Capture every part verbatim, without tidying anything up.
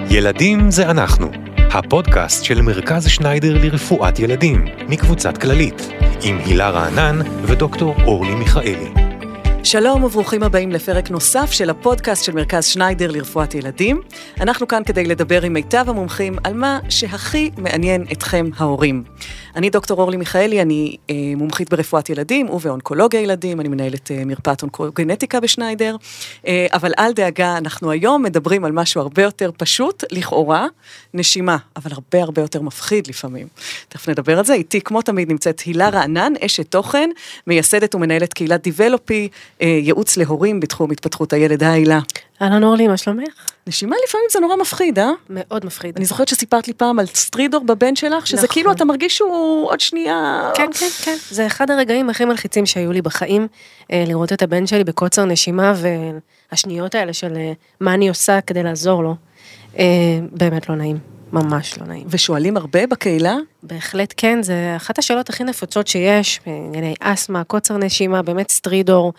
ילדים זה אנחנו, הפודקאסט של מרכז שניידר לרפואת ילדים, מקבוצת כללית, עם הילה רענן ודוקטור אורלי מיכאלי. שלום וברוכים הבאים לפרק נוסף של הפודקאסט של מרכז שניידר לרפואת ילדים. אנחנו כאן כדי לדבר עם מיטב המומחים על מה שהכי מעניין אתכם ההורים. אני דוקטור אורלי מיכאלי, אני אה, מומחית ברפואת ילדים ובאונקולוגיה ילדים, אני מנהלת אה, מרפאת אונקוגנטיקה בשניידר, אה, אבל אל דאגה, אנחנו היום מדברים על משהו הרבה יותר פשוט, לכאורה, נשימה, אבל הרבה הרבה יותר מפחיד לפעמים. תכף נדבר על זה, איתי כמו תמיד נמצאת הילה רענן, אשת תוכן, מייסדת ומנהלת קהילת דיבלופי, ייעוץ להורים בתחום התפתחות הילד. הילה. אהלן אורלי, מה שלומך? נשימה לפעמים זה נורא מפחיד, אה? מאוד מפחיד. אני זוכרת שסיפרת לי פעם על סטרידור בבן שלך, שזה נכון. כאילו אתה מרגיש שהוא עוד שנייה... כן, כן, כן. זה אחד הרגעים הכי מלחיצים שהיו לי בחיים, לראות את הבן שלי בקוצר נשימה, והשניות האלה של מה אני עושה כדי לעזור לו, באמת לא נעים. ממש לא נעים. ושואלים הרבה בקהילה? בהחלט כן, זה אחת השאלות הכי נפוצות שיש, ענייני אסמה, קוצר נשימה, באמת סטרידור,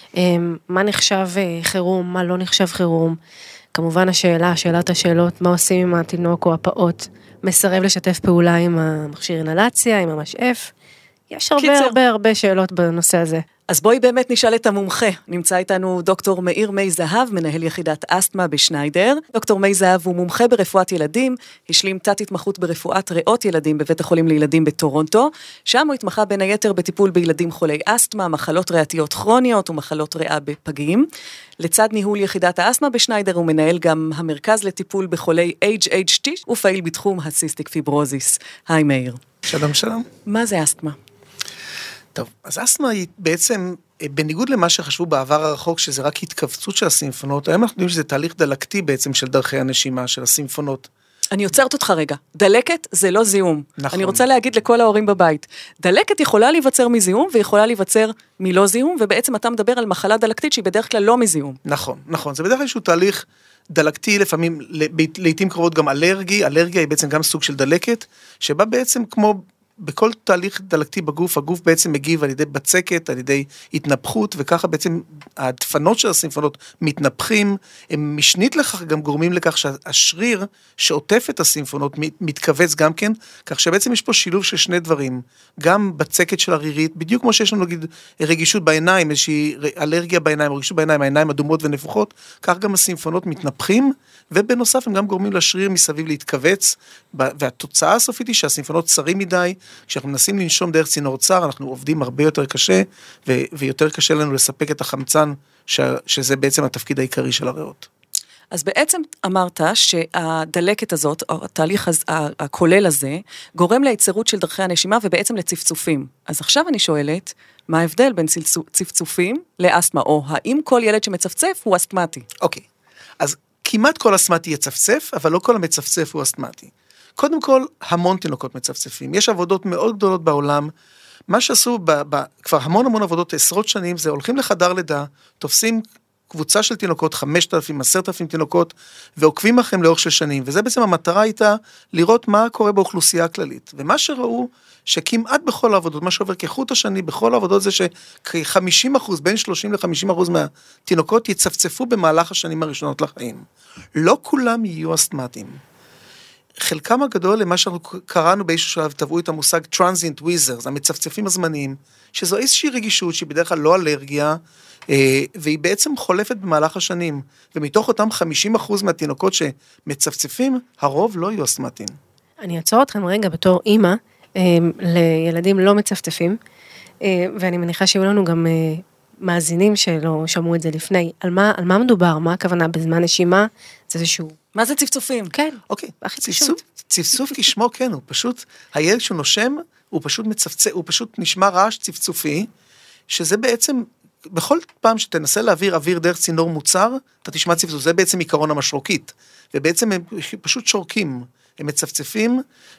מה נחשב חירום, מה לא נחשב חירום, כמובן השאלה, שאלת השאלות, מה עושים עם התינוק או הפעוט, מסרב לשתף פעולה עם המכשיר אינהלציה, עם המשאף, יש הרבה קיצר. הרבה הרבה שאלות בנושא הזה. אז בואי באמת נשאל את המומחה. נמצא איתנו דוקטור מאיר מי זהב, מנהל יחידת אסתמה בשניידר. דוקטור מי זהב הוא מומחה ברפואת ילדים, השלים תת התמחות ברפואת ריאות ילדים בבית החולים לילדים בטורונטו, שם הוא התמחה בין היתר בטיפול בילדים חולי אסתמה, מחלות ריאתיות כרוניות ומחלות ריאה בפגים. לצד ניהול יחידת האסתמה בשניידר הוא מנהל גם המרכז לטיפול בחולי אייץ' אייץ' טי ופעיל בתחום הסיסטיק פיברוזיס. היי מאיר. שלום שלום. מה זה אסתמה? טוב, אז אסתמה היא בעצם, בניגוד למה שחשבו בעבר הרחוק, שזה רק התכווצות של הסימפונות, היום אנחנו יודעים שזה תהליך דלקתי בעצם של דרכי הנשימה, של הסימפונות. אני עוצרת אותך רגע, דלקת זה לא זיהום. נכון. אני רוצה להגיד לכל ההורים בבית, דלקת יכולה להיווצר מזיהום, ויכולה להיווצר מלא זיהום, ובעצם אתה מדבר על מחלה דלקתית שהיא בדרך כלל לא מזיהום. נכון, נכון, זה בדרך כלל איזשהו תהליך דלקתי, לפעמים, לעתים קרובות גם אלרגי, אלרגיה היא בעצם גם סוג של דלקת, שבה בעצם כמו בכל תהליך דלקתי בגוף, הגוף בעצם מגיב על ידי בצקת, על ידי התנפחות, וככה בעצם הדפנות של הסימפונות מתנפחים, הם משנית לכך גם גורמים לכך שהשריר שעוטף את הסימפונות מתכווץ גם כן, כך שבעצם יש פה שילוב של שני דברים, גם בצקת של הרירית, בדיוק כמו שיש לנו נגיד רגישות בעיניים, איזושהי אלרגיה בעיניים, רגישות בעיניים, העיניים אדומות ונפוחות, כך גם הסימפונות מתנפחים, ובנוסף הם גם גורמים לשריר מסביב להתכווץ, והתוצאה הסופית היא שהסימפונות צרים מדי, כשאנחנו מנסים לנשום דרך צינור צר, אנחנו עובדים הרבה יותר קשה, ו- ויותר קשה לנו לספק את החמצן, ש- שזה בעצם התפקיד העיקרי של הריאות. אז בעצם אמרת שהדלקת הזאת, או התהליך הכולל הזה, גורם להיצרות של דרכי הנשימה, ובעצם לצפצופים. אז עכשיו אני שואלת, מה ההבדל בין צפצופים לאסתמה, או האם כל ילד שמצפצף הוא אסתמטי? אוקיי, אז כמעט כל אסתמטי יצפצף, אבל לא כל המצפצף הוא אסתמטי. קודם כל, המון תינוקות מצפצפים. יש עבודות מאוד גדולות בעולם. מה שעשו ב, ב, כבר המון המון עבודות, עשרות שנים, זה הולכים לחדר לידה, תופסים קבוצה של תינוקות, חמשת אלפים, עשרת אלפים תינוקות, ועוקבים אחריהם לאורך של שנים. וזה בעצם המטרה הייתה לראות מה קורה באוכלוסייה הכללית. ומה שראו, שכמעט בכל העבודות, מה שעובר כחוט השני, בכל העבודות זה שכ-חמישים אחוז, בין שלושים ל-חמישים אחוז מהתינוקות יצפצפו במהלך השנים הראשונות לחיים. לא כולם יהיו אסתמטיים. חלקם הגדול, למה שאנחנו קראנו באיזשהו שלב, טבעו את המושג transient wheezers, המצפצפים הזמניים, שזו איזושהי רגישות שהיא בדרך כלל לא אלרגיה, והיא בעצם חולפת במהלך השנים, ומתוך אותם חמישים אחוז מהתינוקות שמצפצפים, הרוב לא יהיו אסתמטיים. אני אעצור אתכם רגע בתור אימא, לילדים לא מצפצפים, ואני מניחה שיהיו לנו גם מאזינים שלא שמעו את זה לפני, על מה, על מה מדובר, מה הכוונה בזמן נשימה, זה איזשהו... מה זה צפצופים? כן. אוקיי, צפצוף, צפצוף כשמו כן, הוא פשוט, הילד שהוא נושם, הוא פשוט מצפצף, הוא פשוט נשמע רעש צפצופי, שזה בעצם, בכל פעם שתנסה להעביר אוויר דרך צינור מוצר, אתה תשמע צפצוף, זה בעצם עיקרון המשרוקית, ובעצם הם פשוט שורקים, הם מצפצפים,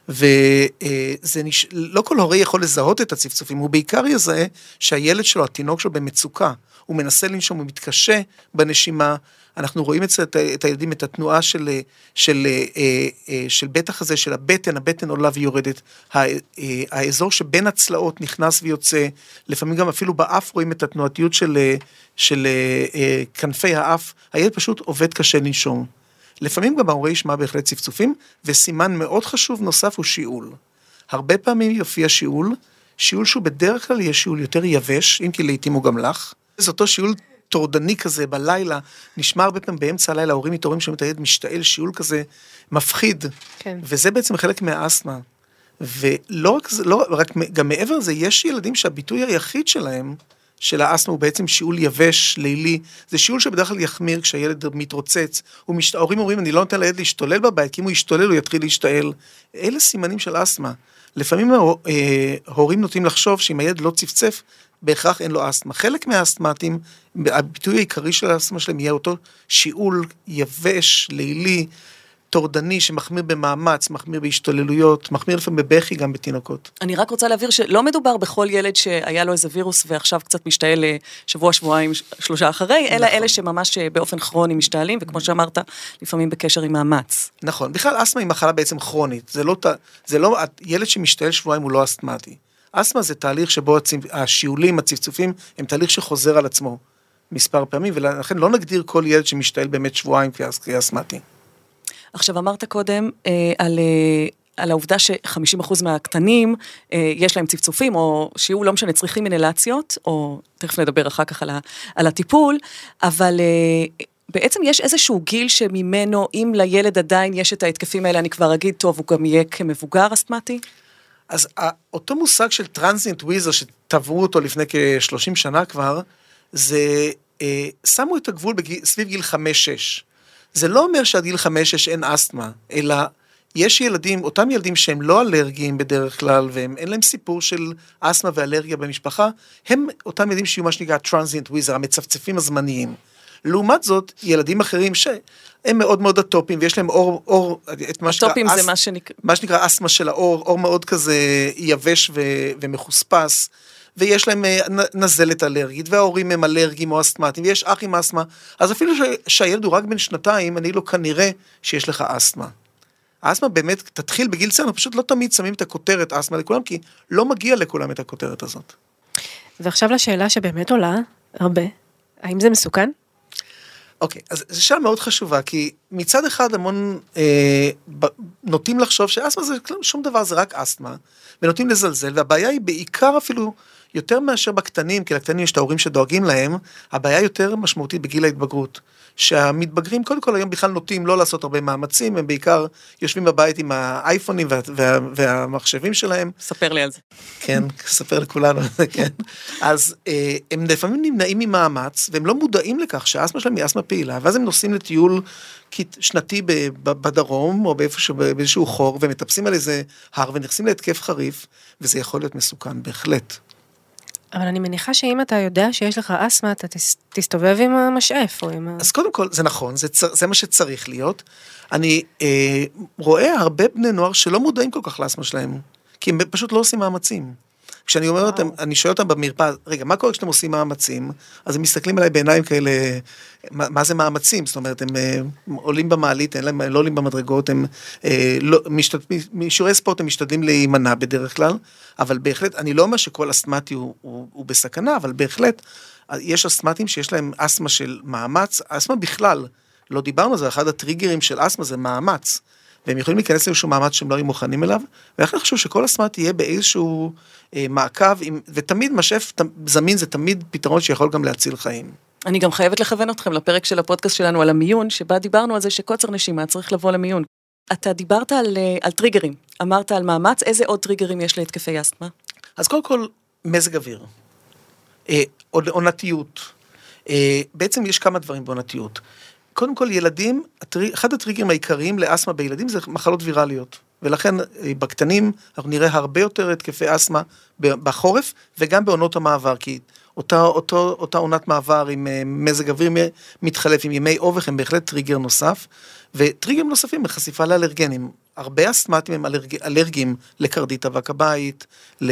וזה נש... לא כל הורי יכול לזהות את הצפצופים, הוא בעיקר יזהה שהילד שלו, התינוק שלו במצוקה, הוא מנסה לנשום, הוא מתקשה בנשימה, אנחנו רואים את, את הילדים, את התנועה של, של, של בטח הזה, של הבטן, הבטן עולה ויורדת, האזור שבין הצלעות נכנס ויוצא, לפעמים גם אפילו באף רואים את התנועתיות של, של כנפי האף, הילד פשוט עובד קשה לנשום. לפעמים גם ההורה ישמע בהחלט צפצופים, וסימן מאוד חשוב נוסף הוא שיעול. הרבה פעמים יופיע שיעול, שיעול שהוא בדרך כלל יהיה שיעול יותר יבש, אם כי לעתים הוא גם לך. זה אותו שיעול טורדני כזה בלילה, נשמע הרבה פעמים באמצע הלילה, ההורים מתעוררים שומעים את הילד משתעל, שיעול כזה מפחיד, כן. וזה בעצם חלק מהאסתמה. ולא רק, לא, רק גם מעבר לזה, יש ילדים שהביטוי היחיד שלהם, של האסתמה הוא בעצם שיעול יבש, לילי, זה שיעול שבדרך כלל יחמיר כשהילד מתרוצץ, ומשת... ההורים אומרים, אני לא נותן לילד להשתולל בבית, כי אם הוא ישתולל הוא יתחיל להשתעל. אלה סימנים של אסתמה. לפעמים ההורים נוטים לחשוב שאם הילד לא צפצף, בהכרח אין לו אסתמה. חלק מהאסתמטים, הביטוי העיקרי של האסתמה שלהם יהיה אותו שיעול יבש, לילי, טורדני, שמחמיר במאמץ, מחמיר בהשתוללויות, מחמיר לפעמים בבכי גם בתינוקות. אני רק רוצה להבהיר שלא מדובר בכל ילד שהיה לו איזה וירוס ועכשיו קצת משתעל שבוע, שבועיים, שלושה אחרי, אלא נכון. אלה שממש באופן כרוני משתעלים, וכמו שאמרת, לפעמים בקשר עם מאמץ. נכון, בכלל אסתמה היא מחלה בעצם כרונית, זה לא, זה לא, ילד שמשתעל שבועיים הוא לא אסתמטי. אסתמה זה תהליך שבו השיעולים, הצפצופים, הם תהליך שחוזר על עצמו מספר פעמים, ולכן לא נגדיר כל ילד שמשתעל באמת שבועיים כאסתמטי. עכשיו אמרת קודם אה, על, אה, על העובדה ש-חמישים אחוז מהקטנים אה, יש להם צפצופים, או שיעור לא משנה צריכים אינלציות, או תכף נדבר אחר כך על, ה, על הטיפול, אבל אה, בעצם יש איזשהו גיל שממנו, אם לילד עדיין יש את ההתקפים האלה, אני כבר אגיד, טוב, הוא גם יהיה כמבוגר אסתמטי? אז אותו מושג של טרנזיאנט וויזר, שטבעו אותו לפני כ-שלושים שנה כבר, זה, אה, שמו את הגבול בגיל, סביב גיל חמש שש. זה לא אומר שעד גיל חמש שש אין אסתמה, אלא יש ילדים, אותם ילדים שהם לא אלרגיים בדרך כלל, והם אין להם סיפור של אסתמה ואלרגיה במשפחה, הם אותם ילדים שיהיו מה שנקרא טרנזיאנט וויזר, המצפצפים הזמניים. לעומת זאת, ילדים אחרים שהם מאוד מאוד אטופיים, ויש להם אור, אור, את מה שנקרא, אטופיים זה מה שנקרא, מה שנקרא אסתמה של האור, אור מאוד כזה יבש ו- ומחוספס, ויש להם נזלת אלרגית, וההורים הם אלרגיים או אסתמטיים, ויש אח עם אסתמה, אז אפילו שהילד הוא רק בן שנתיים, אני לא כנראה שיש לך אסתמה. האסתמה באמת תתחיל בגיל צעיר, פשוט לא תמיד שמים את הכותרת אסתמה לכולם, כי לא מגיע לכולם את הכותרת הזאת. ועכשיו לשאלה שבאמת עולה הרבה, האם זה מסוכן? אוקיי, אז זו שאלה מאוד חשובה, כי מצד אחד המון אה, נוטים לחשוב שאסתמה זה שום דבר, זה רק אסתמה, ונוטים לזלזל, והבעיה היא בעיקר אפילו יותר מאשר בקטנים, כי לקטנים יש את ההורים שדואגים להם, הבעיה יותר משמעותית בגיל ההתבגרות, שהמתבגרים קודם כל היום בכלל נוטים לא לעשות הרבה מאמצים, הם בעיקר יושבים בבית עם האייפונים וה, וה, והמחשבים שלהם. ספר לי על זה. כן, ספר לכולנו, כן. אז אה, הם לפעמים נמנעים ממאמץ, והם לא מודעים לכך שהאסתמה שלהם היא אסתמה פעילה, ואז הם נוסעים לטיול שנתי בדרום, או באיזשהו חור, ומטפסים על איזה הר, ונכנסים להתקף חריף, וזה יכול להיות מסוכן, בהחלט. אבל אני מניחה שאם אתה יודע שיש לך אסתמה, אתה תסתובב עם המשאף או עם... אז קודם כל, זה נכון, זה, זה מה שצריך להיות. אני אה, רואה הרבה בני נוער שלא מודעים כל כך לאסתמה שלהם, כי הם פשוט לא עושים מאמצים. כשאני אומר אותם, אני שואל אותם במרפאה, רגע, מה קורה כשאתם עושים מאמצים? אז הם מסתכלים עליי בעיניים כאלה, מה, מה זה מאמצים? זאת אומרת, הם אה, עולים במעלית, הם לא עולים במדרגות, הם אה, לא, משתד... משיעורי ספורט הם משתדלים להימנע בדרך כלל, אבל בהחלט, אני לא אומר שכל אסתמטי הוא, הוא, הוא בסכנה, אבל בהחלט, יש אסתמטים שיש להם אסתמה של מאמץ, אסתמה בכלל, לא דיברנו על זה, אחד הטריגרים של אסתמה זה מאמץ, והם יכולים להיכנס לאיזשהו מאמץ שהם לא היו מוכנים אליו, ולכן חשוב שכל אסתמה תהיה באיזשהו אה, מעקב, עם, ותמיד משאף זמין זה תמיד פתרון שיכול גם להציל חיים. אני גם חייבת לכוון אתכם לפרק של הפודקאסט שלנו על המיון, שבה דיברנו על זה שקוצר נשימה צריך לבוא למיון. אתה דיברת על, על טריגרים, אמרת על מאמץ, איזה עוד טריגרים יש להתקפי אסתמה? אז קודם כל, מזג אוויר, אה, עונתיות, אה, בעצם יש כמה דברים בעונתיות. קודם כל, ילדים, אחד הטריגרים העיקריים לאסתמה בילדים זה מחלות ויראליות, ולכן בקטנים אנחנו נראה הרבה יותר התקפי אסתמה בחורף, וגם בעונות המעבר, כי אותה, אותו, אותה עונת מעבר עם מזג אוויר מתחלף, עם ימי אובך, הם בהחלט טריגר נוסף, וטריגרים נוספים בחשיפה לאלרגנים. הרבה אסתמטים הם אלרג, אלרגיים לקרדית אבק הבית,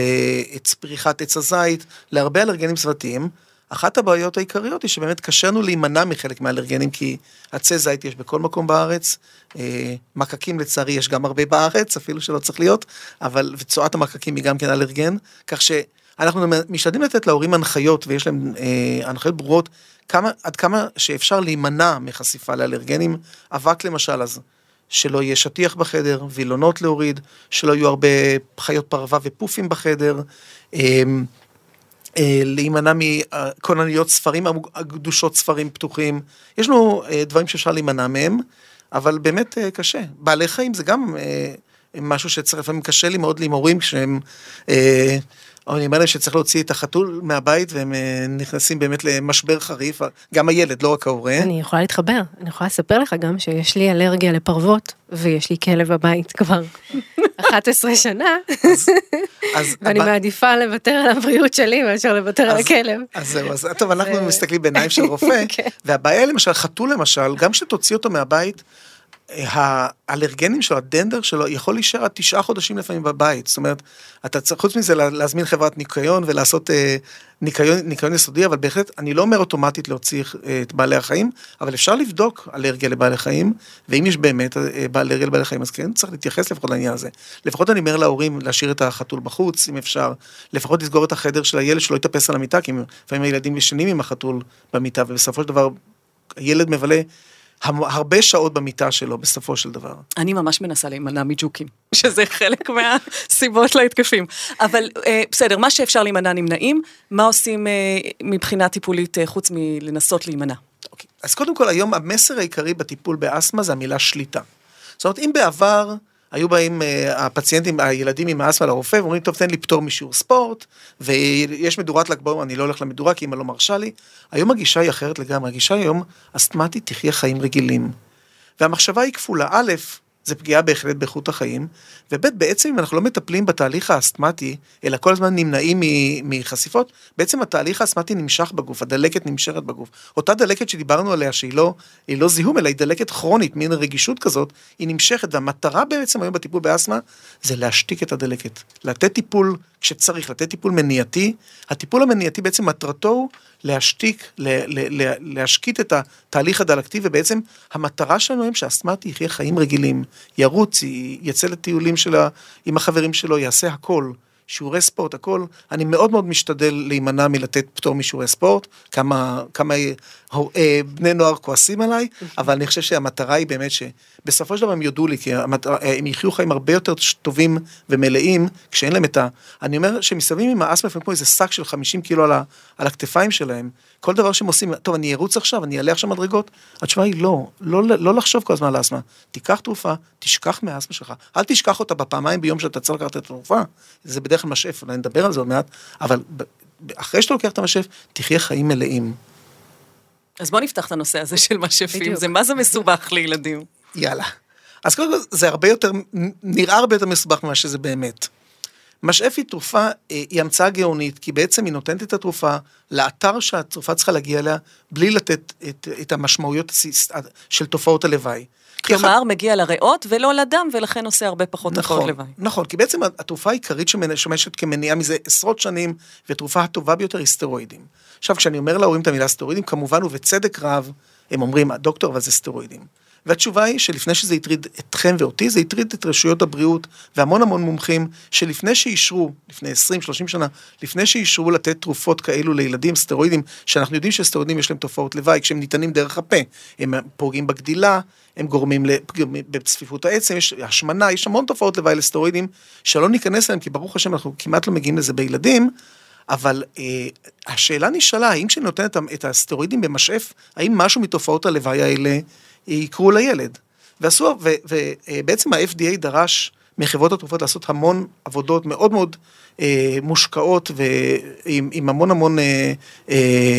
לפריחת עץ הזית, להרבה אלרגנים סביבתיים. אחת הבעיות העיקריות היא שבאמת קשרנו להימנע מחלק מהאלרגנים, כי עצי זית יש בכל מקום בארץ, מקקים לצערי יש גם הרבה בארץ, אפילו שלא צריך להיות, אבל וצועת המקקים היא גם כן אלרגן, כך ש... אנחנו משתדלים לתת להורים הנחיות, ויש להם אה, הנחיות ברורות, כמה, עד כמה שאפשר להימנע מחשיפה לאלרגנים, אבק למשל, אז שלא יהיה שטיח בחדר, וילונות להוריד, שלא יהיו הרבה חיות פרווה ופופים בחדר, אה, אה, להימנע מכונניות ספרים, גדושות ספרים פתוחים, יש לנו אה, דברים שאפשר להימנע מהם, אבל באמת אה, קשה. בעלי חיים זה גם אה, משהו שצריך, לפעמים קשה לי מאוד עם הורים, כשהם... אה, אבל אני אומר להם שצריך להוציא את החתול מהבית, והם נכנסים באמת למשבר חריף, גם הילד, לא רק ההורה. אני יכולה להתחבר, אני יכולה לספר לך גם שיש לי אלרגיה לפרוות, ויש לי כלב בבית כבר אחת עשרה שנה, ואני מעדיפה לוותר על הבריאות שלי, מאשר לוותר על הכלב. אז זהו, אז טוב, אנחנו מסתכלים בעיניים של רופא, והבעיה למשל, חתול למשל, גם שתוציא אותו מהבית, האלרגנים שלו, הדנדר שלו, יכול להישאר עד תשעה חודשים לפעמים בבית. זאת אומרת, אתה צריך, חוץ מזה, להזמין חברת ניקיון ולעשות אה, ניקיון, ניקיון יסודי, אבל בהחלט, אני לא אומר אוטומטית להוציא אה, את בעלי החיים, אבל אפשר לבדוק אלרגיה לבעלי חיים, ואם יש באמת אה, אלרגיה לבעלי חיים, אז כן, צריך להתייחס לפחות לעניין הזה. לפחות אני אומר להורים להשאיר את החתול בחוץ, אם אפשר, לפחות לסגור את החדר של הילד, שלא יתאפס על המיטה, כי לפעמים הילדים ישנים עם החתול במיטה, ובסופו של דבר, הילד מבלה הרבה שעות במיטה שלו, בסופו של דבר. אני ממש מנסה להימנע מג'וקים, שזה חלק מהסיבות להתקפים. אבל בסדר, מה שאפשר להימנע נמנעים, מה עושים מבחינה טיפולית חוץ מלנסות להימנע? אוקיי. אז קודם כל, היום המסר העיקרי בטיפול באסמה זה המילה שליטה. זאת אומרת, אם בעבר היו באים הפציינטים, הילדים עם האסמה לרופא, ואומרים, טוב, תן לי פטור משיעור ספורט, ויש מדורת ל"ג בעומר, אני לא הולך למדורה, כי אמא לא מרשה לי. היום הגישה היא אחרת לגמרי, הגישה היום, אסתמטית תחיה חיים רגילים. והמחשבה היא כפולה, א', זה פגיעה בהחלט באיכות החיים, וב' בעצם אם אנחנו לא מטפלים בתהליך האסתמטי, אלא כל הזמן נמנעים מחשיפות, בעצם התהליך האסתמטי נמשך בגוף, הדלקת נמשכת בגוף. אותה דלקת שדיברנו עליה, שהיא לא, היא לא זיהום, אלא היא דלקת כרונית, מין רגישות כזאת, היא נמשכת, והמטרה בעצם היום בטיפול באסתמה, זה להשתיק את הדלקת. לתת טיפול כשצריך, לתת טיפול מניעתי. הטיפול המניעתי בעצם מטרתו הוא להשתיק, להשקיט את התהליך הדלקתי, ובעצם המטרה שלנו הם שהאסתמטי יחיה חיים רגילים, ירוץ, יצא לטיולים שלה עם החברים שלו, יעשה הכל, שיעורי ספורט, הכל. אני מאוד מאוד משתדל להימנע מלתת פטור משיעורי ספורט, כמה, כמה אה, בני נוער כועסים עליי, אבל אני חושב שהמטרה היא באמת שבסופו של דבר הם יודו לי, כי המטרה, הם יחיו חיים הרבה יותר טובים ומלאים, כשאין להם את ה... אני אומר שמסתובבים עם האסמה, לפעמים כמו איזה שק של חמישים קילו על, ה, על הכתפיים שלהם, כל דבר שהם עושים, טוב, אני ארוץ עכשיו, אני אעלה עכשיו מדרגות, התשובה היא לא, לא, לא לחשוב כל הזמן על האסמה, תיקח תרופה, תשכח מהאסמה שלך, אל תשכח אותה בפעמיים ביום שאתה צריך לקחת את התרופה, זה בדרך כלל משאף, אולי נדבר על זה עוד מעט, אבל אחרי שאתה לוקח את המשאף, תחיה חיים מלאים. אז בוא נפתח את הנושא הזה של משאפים, זה מה זה מסובך לילדים? יאללה. אז קודם כל, זה הרבה יותר, נראה הרבה יותר מסובך ממה שזה באמת. משאף היא תרופה, היא המצאה גאונית, כי בעצם היא נותנת את התרופה לאתר שהתרופה צריכה להגיע אליה, בלי לתת את, את המשמעויות של תופעות הלוואי. כלומר, מגיע לריאות ולא לדם, ולכן עושה הרבה פחות תופעות לוואי. נכון, כי בעצם התרופה העיקרית שמשמשת כמניעה מזה עשרות שנים, והתרופה הטובה ביותר היא סטרואידים. עכשיו, כשאני אומר להורים את המילה סטרואידים, כמובן ובצדק רב, הם אומרים, הדוקטור, אבל זה סטרואידים. והתשובה היא שלפני שזה יטריד אתכם ואותי, זה יטריד את רשויות הבריאות, והמון המון מומחים, שלפני שישרו, לפני עשרים שלושים שנה, לפני שישרו לתת תרופות כאלו לילדים, סטרואידים, שאנחנו יודעים שסטרואידים יש להם תופעות לוואי, כשהם ניתנים דרך הפה, הם פוגעים בגדילה, הם גורמים בצפיפות העצם, יש השמנה, יש המון תופעות לוואי לסטרואידים, שלא ניכנס להם, כי ברוך השם אנחנו כמעט לא מגיעים לזה בילדים, אבל אה, השאלה נשאלה, האם שנותן את, את הסטרואידים במשאף, האם משהו מתופעות הלוואי האלה יקרו לילד? ועשו, ו, ובעצם ה-אף די איי דרש מחברות התרופות לעשות המון עבודות מאוד מאוד אה, מושקעות, ועם עם המון המון אה, אה,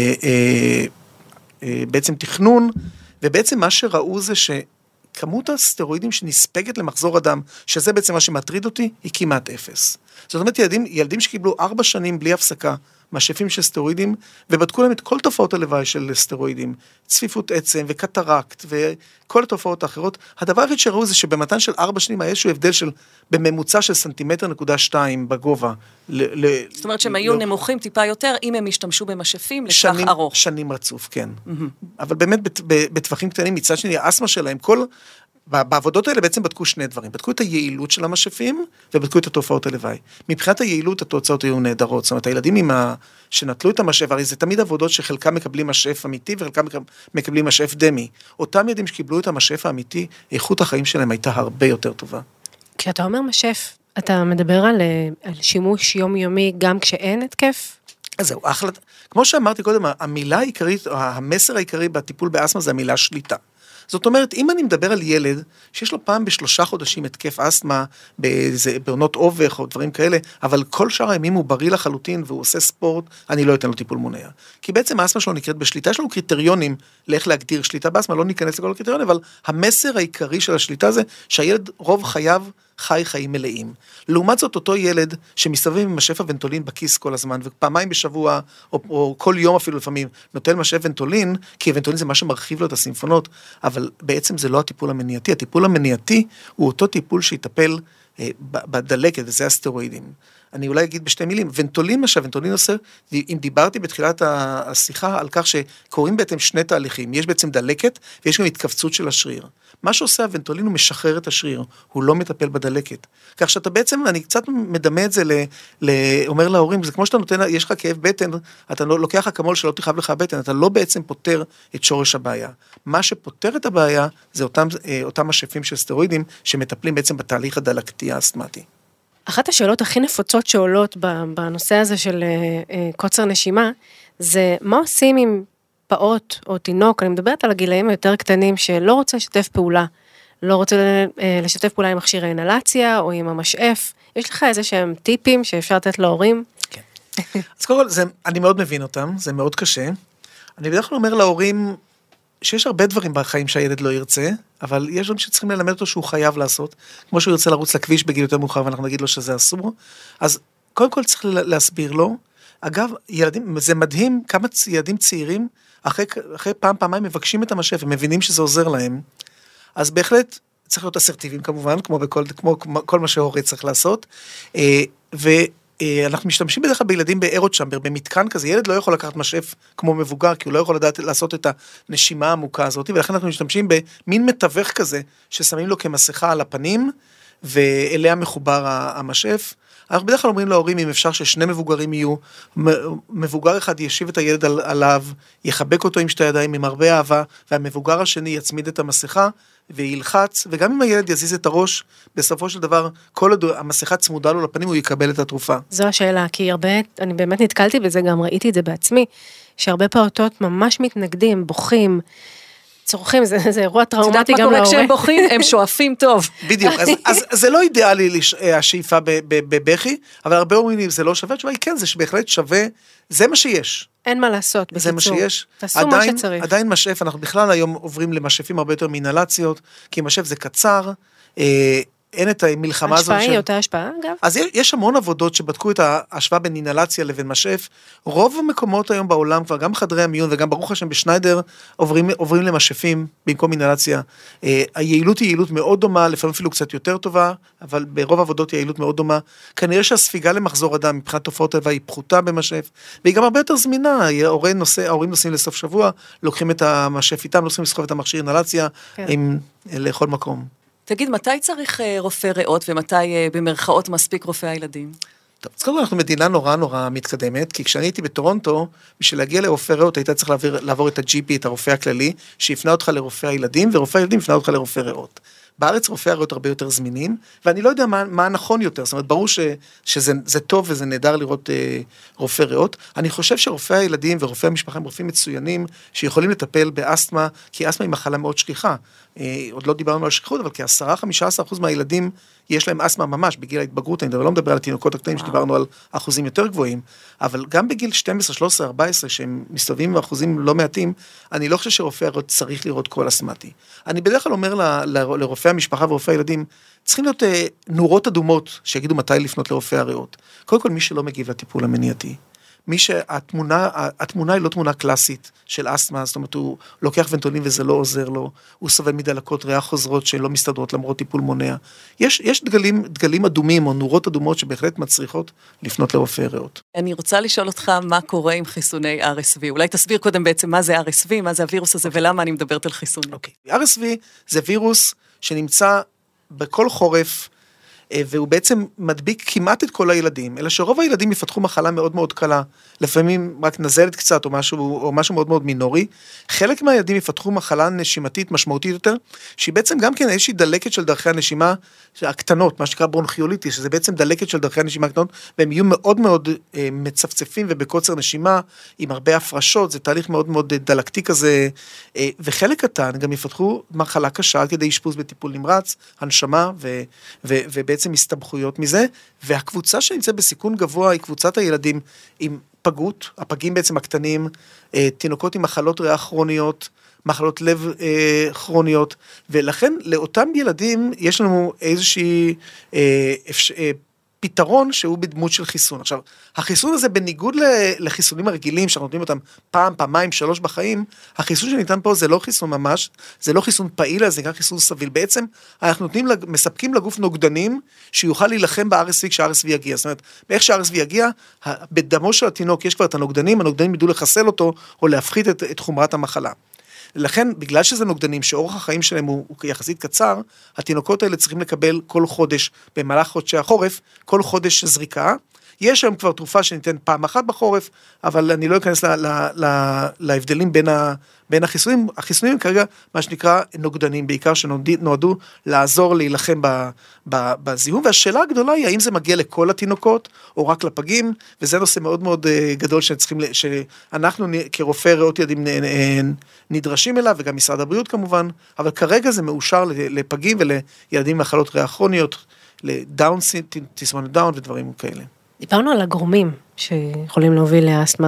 אה, אה, בעצם תכנון, ובעצם מה שראו זה שכמות הסטרואידים שנספגת למחזור הדם, שזה בעצם מה שמטריד אותי, היא כמעט אפס. זאת אומרת, ילדים, ילדים שקיבלו ארבע שנים בלי הפסקה, משאפים של סטרואידים, ובדקו להם את כל תופעות הלוואי של סטרואידים, צפיפות עצם וקטרקט וכל התופעות האחרות. הדבר הכי שראו זה שבמתן של ארבע שנים היה איזשהו הבדל של בממוצע של סנטימטר נקודה שתיים בגובה. ל, ל, זאת אומרת שהם היו לא, נמוכים טיפה יותר, אם הם השתמשו במשאפים לטווח שנים, ארוך. שנים רצוף, כן. Mm-hmm. אבל באמת בטווחים קטנים, מצד שני, האסמה שלהם, כל... בעבודות האלה בעצם בדקו שני דברים, בדקו את היעילות של המשאפים, ובדקו את התופעות הלוואי. מבחינת היעילות, התוצאות היו נהדרות, זאת אומרת, הילדים עם ה... שנטלו את המשאף, הרי זה תמיד עבודות שחלקם מקבלים משאף אמיתי, וחלקם מקבלים משאף דמי. אותם ילדים שקיבלו את המשאף האמיתי, איכות החיים שלהם הייתה הרבה יותר טובה. כשאתה אומר משאף, אתה מדבר על, על שימוש יומיומי גם כשאין התקף? אז זהו, החלט... כמו שאמרתי קודם, המילה העיקרית, המסר העיקרי בטיפול באסמה זה המילה שליטה. זאת אומרת, אם אני מדבר על ילד שיש לו פעם בשלושה חודשים התקף אסתמה, באיזה בעונות אובך או דברים כאלה, אבל כל שאר הימים הוא בריא לחלוטין והוא עושה ספורט, אני לא אתן לו טיפול מונע. כי בעצם האסתמה שלו נקראת בשליטה, יש לנו קריטריונים לאיך להגדיר שליטה באסתמה, לא ניכנס לכל הקריטריונים, אבל המסר העיקרי של השליטה זה שהילד רוב חייו חי חיים מלאים. לעומת זאת, אותו ילד שמסתובב עם משאף הוונטולין בכיס כל הזמן, ופעמיים בשבוע, או, או כל יום אפילו לפעמים, נוטל משאף וונטולין, כי הוונטולין זה מה שמרחיב לו את הסימפונות, אבל בעצם זה לא הטיפול המניעתי. הטיפול המניעתי הוא אותו טיפול שיטפל אה, בדלקת, וזה הסטרואידים. אני אולי אגיד בשתי מילים, ונטולין מה שהוונטולין עושה, אם דיברתי בתחילת השיחה על כך שקוראים בעצם שני תהליכים, יש בעצם דלקת ויש גם התכווצות של השריר. מה שעושה הוונטולין הוא משחרר את השריר, הוא לא מטפל בדלקת. כך שאתה בעצם, אני קצת מדמה את זה, ל, ל, אומר להורים, זה כמו שאתה נותן, יש לך כאב בטן, אתה לא, לוקח אקמול שלא תכאב לך הבטן, אתה לא בעצם פותר את שורש הבעיה. מה שפותר את הבעיה, זה אותם, אותם משאפים של סטרואידים, שמטפלים בעצם בתהליך הדלקתי האסתמטי. אחת השאלות הכי נפוצות שעולות בנושא הזה של קוצר נשימה, זה מה עושים עם פעוט או תינוק, אני מדברת על הגילאים היותר קטנים, שלא רוצה לשתף פעולה, לא רוצה לשתף פעולה עם מכשיר האינהלציה, או עם המשאף, יש לך איזה שהם טיפים שאפשר לתת להורים? כן. אז קודם כל, זה, אני מאוד מבין אותם, זה מאוד קשה. אני בדרך כלל אומר להורים, שיש הרבה דברים בחיים שהילד לא ירצה, אבל יש דברים שצריכים ללמד אותו שהוא חייב לעשות, כמו שהוא ירצה לרוץ לכביש בגיל יותר מאוחר, ואנחנו נגיד לו שזה אסור, אז קודם כל צריך להסביר לו. אגב, ילדים, זה מדהים כמה ילדים צעירים, אחרי, אחרי פעם, פעמיים מבקשים את המשאף, הם מבינים שזה עוזר להם, אז בהחלט צריך להיות אסרטיביים כמובן, כמו בכל, כמו, כמו כל מה שההורה צריך לעשות, ו... אנחנו משתמשים בדרך כלל בילדים באירות צ'מבר, במתקן כזה, ילד לא יכול לקחת משאף כמו מבוגר, כי הוא לא יכול לדעת לעשות את הנשימה העמוקה הזאת, ולכן אנחנו משתמשים במין מתווך כזה, ששמים לו כמסכה על הפנים, ואליה מחובר המשאף. אנחנו בדרך כלל אומרים להורים, אם אפשר ששני מבוגרים יהיו, מבוגר אחד ישיב את הילד עליו, יחבק אותו עם שתי ידיים, עם הרבה אהבה, והמבוגר השני יצמיד את המסכה, וילחץ, וגם אם הילד יזיז את הראש, בסופו של דבר, כל עוד המסכה צמודה לו לפנים, הוא יקבל את התרופה. זו השאלה, כי הרבה, אני באמת נתקלתי בזה, גם ראיתי את זה בעצמי, שהרבה פעוטות ממש מתנגדים, בוכים, צורכים, זה, זה אירוע טראומטי גם להורה. יודעת מה קורה כשהם בוכים, הם שואפים טוב. בדיוק, אז, אז זה לא אידיאלי השאיפה בבכי, אבל הרבה אומרים, זה לא שווה, התשובה היא כן, זה שבהחלט שווה, זה מה שיש. אין מה לעשות, בקיצור. זה מה שיש. תעשו עדיין, מה שצריך. עדיין משאף, אנחנו בכלל היום עוברים למשאפים הרבה יותר מאינהלציות, כי משאף זה קצר, אה, אין את המלחמה הזאת. השפעה היא אותה השפעה, אגב? אז יש המון עבודות שבדקו את ההשוואה בין אינהלציה לבין משאף. רוב המקומות היום בעולם, כבר גם חדרי המיון וגם ברוך השם בשניידר, עוברים, עוברים למשאפים במקום אינהלציה. אה, היעילות היא יעילות מאוד דומה, לפעמים אפילו קצת יותר טובה, אבל ברוב העבודות היא יעילות מאוד דומה. כנראה שהספיגה למחזור אדם, מבחינת תופעות הלוואי, היא פחותה במשאף, והיא גם הרבה יותר זמינה. ההורים נוסע, ההורים נוסעים לסוף שבוע, לוקחים את המשאף איתם, נוסעים לסחוב את המכשיר אינהלציה, כן. עם, לכל מקום. תגיד, מתי צריך רופא ריאות ומתי במרכאות מספיק רופא הילדים? טוב, אז קודם כל אנחנו מדינה נורא נורא מתקדמת, כי כשאני הייתי בטורונטו, בשביל להגיע לרופא ריאות, היית צריך לעבור, לעבור את ה-ג'י פי, את הרופא הכללי, שיפנה אותך לרופא הילדים, ורופא הילדים יפנה אותך לרופא ריאות. בארץ רופאי הריאות הרבה יותר זמינים, ואני לא יודע מה, מה נכון יותר, זאת אומרת, ברור ש, שזה זה טוב וזה נהדר לראות אה, רופאי ריאות. אני חושב שרופאי הילדים ורופאי המשפחה הם רופאים מצוינים, שיכולים לטפל באסתמה, כי אסתמה היא מחלה מאוד שכיחה. אה, עוד לא דיברנו על שכיחות, אבל כ-עשרה עד חמישה עשר אחוז מהילדים יש להם אסתמה ממש, בגיל ההתבגרות, אני לא מדבר על התינוקות הקטנים, שדיברנו על אחוזים יותר גבוהים, אבל גם בגיל שתים עשרה, שלוש עשרה, ארבע עשרה, שהם מסתובבים עם אחוזים לא מעטים, אני לא חושב שרופא הריאות צריך לראות כל אסתמטי. אני בדרך כלל אומר ל- ל- לרופאי המשפחה ורופאי הילדים, צריכים להיות אה, נורות אדומות, שיגידו מתי לפנות לרופאי הריאות. קודם כל, מי שלא מגיב לטיפול המניעתי, מי שהתמונה, התמונה היא לא תמונה קלאסית של אסתמה, זאת אומרת, הוא לוקח ונטולין וזה לא עוזר לו, הוא סובל מדלקות ריאה חוזרות שלא מסתדרות למרות טיפול מונע. יש, יש דגלים, דגלים אדומים או נורות אדומות שבהחלט מצריכות לפנות לרופאי ריאות. אני רוצה לשאול אותך מה קורה עם חיסוני אר אס וי. אולי תסביר קודם בעצם מה זה אר אס וי, מה זה הווירוס הזה ולמה אני מדברת על חיסונים. אוקיי. אר אס וי זה וירוס שנמצא בכל חורף, והוא בעצם מדביק כמעט את כל הילדים, אלא שרוב הילדים יפתחו מחלה מאוד מאוד קלה, לפעמים רק נזלת קצת או משהו, או משהו מאוד מאוד מינורי, חלק מהילדים יפתחו מחלה נשימתית משמעותית יותר, שהיא בעצם גם כן איזושהי דלקת של דרכי הנשימה הקטנות, מה שנקרא ברונכיוליטיס, שזה בעצם דלקת של דרכי הנשימה הקטנות, והם יהיו מאוד מאוד אה, מצפצפים ובקוצר נשימה, עם הרבה הפרשות, זה תהליך מאוד מאוד דלקתי כזה, אה, וחלק קטן גם יפתחו מחלה קשה כדי אשפוז בטיפול נמרץ, הנשמה ו, ו, ובעצם מסתבכויות מזה, והקבוצה שנמצאת בסיכון גבוה היא קבוצת הילדים עם פגות, הפגים בעצם הקטנים, אה, תינוקות עם מחלות ריאה כרוניות, מחלות לב אה, כרוניות, ולכן לאותם ילדים יש לנו איזושהי אה, אפש, אה, פתרון שהוא בדמות של חיסון. עכשיו, החיסון הזה בניגוד לחיסונים הרגילים, שאנחנו נותנים אותם פעם, פעמיים, שלוש בחיים, החיסון שניתן פה זה לא חיסון ממש, זה לא חיסון פעיל, זה נקרא חיסון סביל. בעצם אנחנו נותנים, מספקים לגוף נוגדנים, שיוכל להילחם ב-אר אס וי כשה-אר אס וי יגיע. זאת אומרת, באיך שה-אר אס וי יגיע, בדמו של התינוק יש כבר את הנוגדנים, הנוגדנים ידעו לחסל אותו, או להפחית את, את חומרת המחלה. לכן, בגלל שזה נוגדנים, שאורך החיים שלהם הוא, הוא יחסית קצר, התינוקות האלה צריכים לקבל כל חודש, במהלך חודשי החורף, כל חודש זריקה. יש היום כבר תרופה שניתן פעם אחת בחורף, אבל אני לא אכנס לה, לה, לה, להבדלים בין, ה, בין החיסונים. החיסונים כרגע, מה שנקרא נוגדנים, בעיקר שנועדו לעזור להילחם ב, ב, בזיהום, והשאלה הגדולה היא, האם זה מגיע לכל התינוקות, או רק לפגים, וזה נושא מאוד מאוד גדול שצריכים, שאנחנו כרופאי ריאות ילדים נדרשים אליו, וגם משרד הבריאות כמובן, אבל כרגע זה מאושר לפגים ולילדים מחלות ריאה כרוניות, לדאון, תסמונת דאון ודברים כאלה. דיברנו על הגורמים שיכולים להוביל לאסתמה,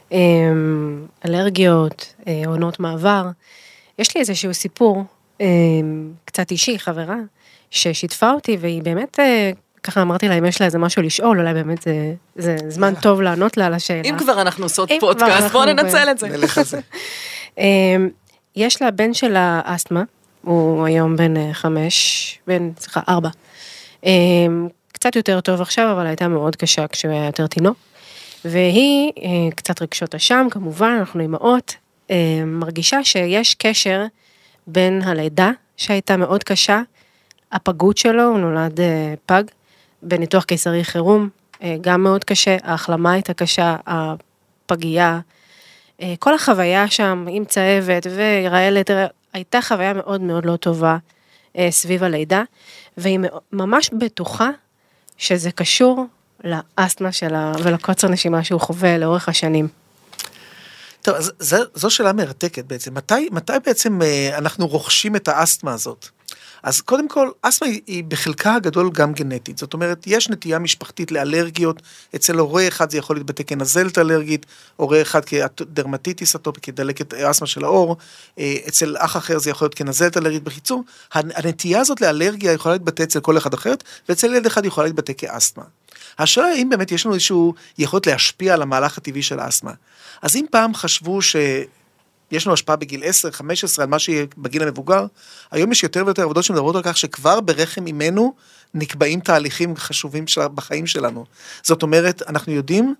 אלרגיות, עונות מעבר. יש לי איזשהו סיפור, קצת אישי, חברה, ששיתפה אותי, והיא באמת, ככה אמרתי לה, אם יש לה איזה משהו לשאול, אולי באמת זה, זה זמן טוב לענות לה על השאלה. אם כבר אנחנו עושות פודקאסט, בואו ננצל את זה. נלך על זה. יש לה בן של האסתמה, הוא היום בן חמש, בן, סליחה, ארבע. קצת יותר טוב עכשיו, אבל הייתה מאוד קשה כשהוא היה יותר תינוק, והיא, קצת רגשות אשם, כמובן, אנחנו אימהות, מרגישה שיש קשר בין הלידה, שהייתה מאוד קשה, הפגות שלו, הוא נולד פג, בניתוח קיסרי חירום, גם מאוד קשה, ההחלמה הייתה קשה, הפגייה, כל החוויה שם, עם צהבת ורעלת, הייתה חוויה מאוד מאוד לא טובה, סביב הלידה, והיא ממש בטוחה, שזה קשור לאסתמה שלה, ולקוצר נשימה שהוא חווה לאורך השנים. טוב, אז זו, זו שאלה מרתקת בעצם. מתי, מתי בעצם אנחנו רוכשים את האסתמה הזאת? אז קודם כל, אסתמה היא, היא בחלקה הגדול גם גנטית. זאת אומרת, יש נטייה משפחתית לאלרגיות, אצל הורה אחד זה יכול להתבטא כנזלת אלרגית, הורה אחד כדרמטיטיס אטופי, כדלקת אסתמה של האור, אצל אח אחר זה יכול להיות כנזלת אלרגית. בקיצור, הנטייה הזאת לאלרגיה יכולה להתבטא אצל כל אחד אחרת, ואצל ילד אחד יכולה להתבטא כאסתמה. השאלה היא אם באמת יש לנו איזשהו יכולת להשפיע על המהלך הטבעי של האסתמה. אז אם פעם חשבו ש... יש לנו השפעה בגיל עשר, חמש עשרה, על מה שיהיה בגיל המבוגר, היום יש יותר ויותר עבודות שמדברות על כך שכבר ברחם אימנו נקבעים תהליכים חשובים של, בחיים שלנו. זאת אומרת, אנחנו יודעים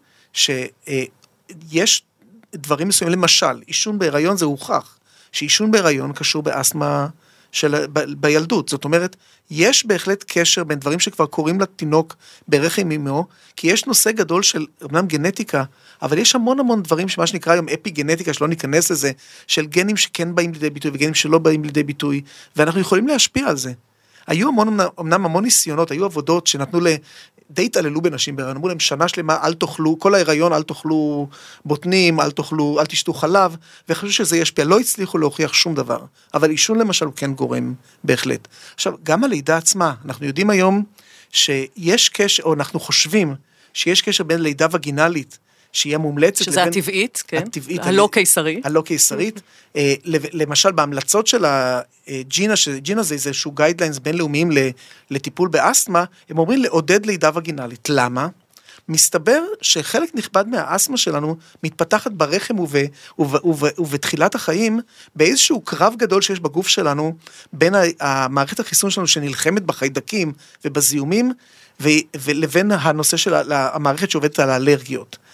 שיש דברים מסוימים, למשל, עישון בהיריון זה הוכח, שעישון בהיריון קשור באסתמה של, ב, בילדות. זאת אומרת, יש בהחלט קשר בין דברים שכבר קוראים לתינוק ברחם אימו, כי יש נושא גדול של, אמנם גנטיקה, אבל יש המון המון דברים שמה שנקרא היום אפי גנטיקה, שלא ניכנס לזה, של גנים שכן באים לידי ביטוי, וגנים שלא באים לידי ביטוי, ואנחנו יכולים להשפיע על זה. היו המון, אמנם המון ניסיונות, היו עבודות שנתנו ל... די התעללו בנשים בהיריון, אמרו להם שנה שלמה, אל תאכלו, כל ההיריון, אל תאכלו בוטנים, אל תאכלו, אל תשתו חלב, וחשבו שזה ישפיע, לא הצליחו להוכיח שום דבר, אבל עישון למשל הוא כן גורם בהחלט. עכשיו, גם הלידה עצמה, אנחנו יודעים היום שיש קשר, או אנחנו חושבים שיש קשר בין לידה וגינלית, שהיא המומלצת. שזה לבין, הטבעית, כן? הטבעית, הלא קיסרית. הלא קיסרית. למשל, בהמלצות של הג'ינה, שג'ינה זה איזשהו גיידליינס בינלאומיים לטיפול באסתמה, הם אומרים לעודד לידה וגינלית. למה? מסתבר שחלק נכבד מהאסתמה שלנו מתפתחת ברחם וב, וב, וב, ובתחילת החיים, באיזשהו קרב גדול שיש בגוף שלנו, בין המערכת החיסון שלנו שנלחמת בחיידקים ובזיהומים, ולבין הנושא של המערכת שעובדת על האלרגיות.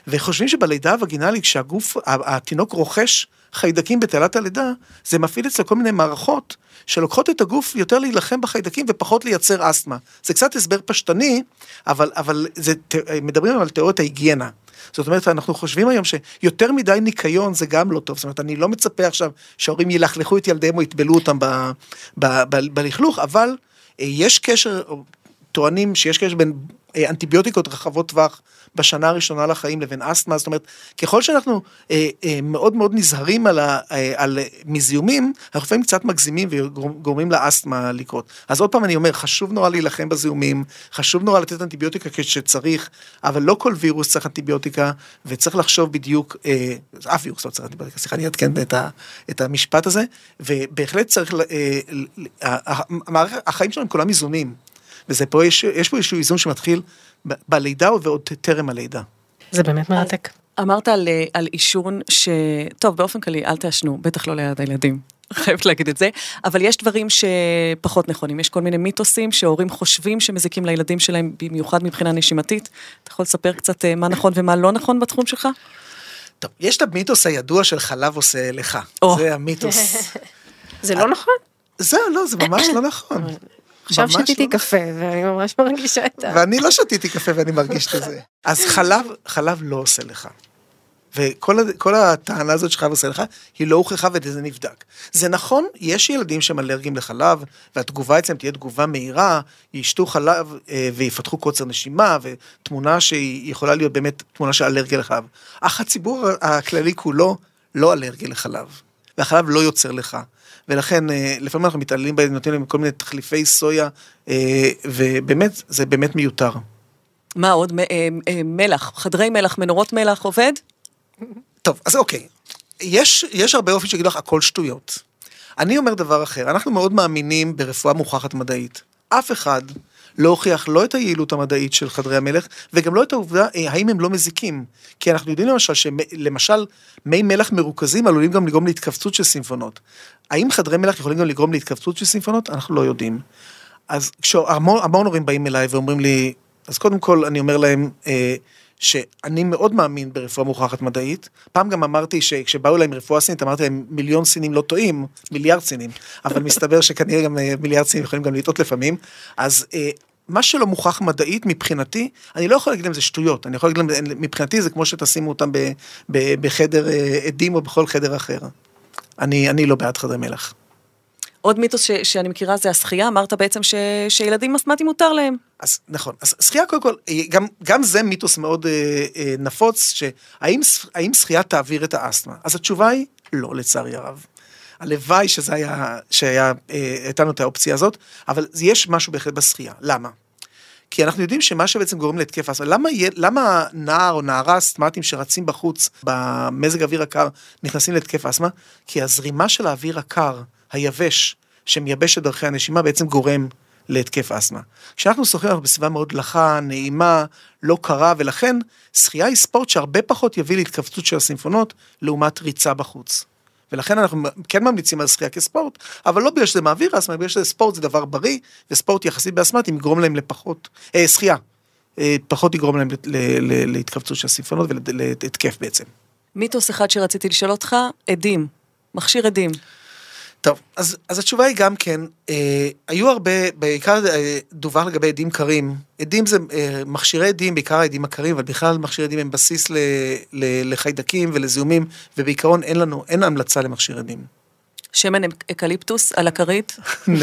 וחושבים שבלידה הווגינלית, כשהגוף, התינוק רוכש חיידקים בתעלת הלידה, זה מפעיל אצל כל מיני מערכות, שלוקחות את הגוף יותר להילחם בחיידקים, ופחות לייצר אסתמה. זה קצת הסבר פשטני, אבל, אבל זה, מדברים על תיאוריות ההיגיינה. זאת אומרת, אנחנו חושבים היום שיותר מדי ניקיון זה גם לא טוב. זאת אומרת, אני לא מצפה עכשיו שההורים ילכלכו את ילדיהם או יטבלו אותם ב, ב, ב, בלכלוך, אבל יש קשר, טוענים שיש קשר בין אנטיביוטיקות רחבות טווח בשנה הראשונה לחיים לבין אסתמה, זאת אומרת, ככל שאנחנו אה, אה, מאוד מאוד נזהרים על, ה, אה, על מזיהומים, אנחנו לפעמים קצת מגזימים וגורמים לאסתמה לקרות. אז עוד פעם אני אומר, חשוב נורא להילחם בזיהומים, חשוב נורא לתת אנטיביוטיקה כשצריך, אבל לא כל וירוס צריך אנטיביוטיקה, וצריך לחשוב בדיוק, אה, אף וירוס לא צריך אנטיביוטיקה, סליחה, אני אתקן את, ה, את המשפט הזה, ובהחלט צריך, אה, המערכת, החיים שלנו כולם איזונים, וזה פה, יש, יש פה איזשהו איזון שמתחיל בלידה ועוד טרם הלידה. זה באמת מרתק. אמרת על, על אישון ש... טוב, באופן כללי, אל תעשנו, בטח לא ליד הילדים, חייבת להגיד את זה, אבל יש דברים שפחות נכונים, יש כל מיני מיתוסים שהורים חושבים שמזיקים לילדים שלהם, במיוחד מבחינה נשימתית. אתה יכול לספר קצת מה נכון ומה לא נכון בתחום שלך? טוב, יש את המיתוס הידוע של חלב עושה לך. Oh. זה המיתוס. זה לא נכון? זה לא, זה ממש לא נכון. עכשיו שתיתי קפה, ואני ממש מרגישה את ה... ואני לא שתיתי קפה, ואני מרגיש את זה. אז חלב, חלב לא עושה לך. וכל הטענה הזאת שחלב עושה לך, היא לא הוכחה וזה נבדק. זה נכון, יש ילדים שהם אלרגיים לחלב, והתגובה אצלם תהיה תגובה מהירה, ישתו חלב ויפתחו קוצר נשימה, ותמונה שהיא יכולה להיות באמת תמונה של אלרגיה לחלב. אך הציבור הכללי כולו לא אלרגיה לחלב, והחלב לא יוצר לך. ולכן, לפעמים אנחנו מתעללים בהם, נותנים להם כל מיני תחליפי סויה, ובאמת, זה באמת מיותר. מה עוד? מלח, חדרי מלח, מנורות מלח עובד? טוב, אז אוקיי. יש, יש הרבה אופן שגידו לך, הכל שטויות. אני אומר דבר אחר, אנחנו מאוד מאמינים ברפואה מוכחת מדעית. אף אחד לא הוכיח לא את היעילות המדעית של חדרי המלח, וגם לא את העובדה, האם הם לא מזיקים. כי אנחנו יודעים למשל, שלמשל, מי מלח מרוכזים עלולים גם לגרום להתכווצות של סימפונות. האם חדרי מלח יכולים גם לגרום להתכווצות של סימפונות? אנחנו לא יודעים. אז כשהמון הורים באים אליי ואומרים לי, אז קודם כל אני אומר להם, אה, שאני מאוד מאמין ברפואה מוכחת מדעית. פעם גם אמרתי שכשבאו אליי עם רפואה סינית, אמרתי להם מיליון סינים לא טועים, מיליארד סינים, אבל מסתבר שכנראה גם מיליארד סינים יכולים גם לטעות לפעמים. אז אה, מה שלא מוכח מדעית מבחינתי, אני לא יכול להגיד להם זה שטויות, אני יכול להגיד להם, מבחינתי זה כמו שתשימו אותם ב, ב, בחדר עדים או בכל חדר אחר. אני, אני לא בעד חדרי מלח. עוד מיתוס ש, שאני מכירה זה השחייה, אמרת בעצם ש, שילדים אסתמטיים מותר להם. אז נכון, אז שחייה קודם כל, גם, גם זה מיתוס מאוד אה, אה, נפוץ, שהאם האם שחייה תעביר את האסתמה? אז התשובה היא לא, לצערי הרב. הלוואי שזה היה, שהיה, אה, הייתנו את האופציה הזאת, אבל יש משהו בהחלט בשחייה. למה? כי אנחנו יודעים שמה שבעצם גורם להתקף אסתמה, למה, למה נער או נערה אסתמטיים שרצים בחוץ, במזג אוויר הקר, נכנסים להתקף אסתמה? כי הזרימה של האוויר הקר, היבש, שמייבש את דרכי הנשימה, בעצם גורם להתקף אסתמה. כשאנחנו שוחים, אנחנו בסביבה מאוד לחה, נעימה, לא קרה, ולכן שחייה היא ספורט שהרבה פחות יביא להתכווצות של הסימפונות, לעומת ריצה בחוץ. ולכן אנחנו כן ממליצים על שחייה כספורט, אבל לא בגלל שזה מעביר אסתמה, בגלל שזה ספורט זה דבר בריא, וספורט יחסית באסתמטיים יגרום להם לפחות, אה, שחייה, אה, פחות יגרום להם להתכווצות של הסימפונות ולהתקף בעצם. מיתוס אחד שרציתי לשאול אותך, עדים, מכשיר עדים. טוב, אז, אז התשובה היא גם כן, אה, היו הרבה, בעיקר אה, דובר לגבי עדים קרים, עדים זה, אה, מכשירי עדים, בעיקר העדים הקרים, אבל בכלל מכשירי עדים הם בסיס ל, ל, לחיידקים ולזיהומים, ובעיקרון אין לנו, אין המלצה למכשיר עדים. שמן אקליפטוס על הכרית?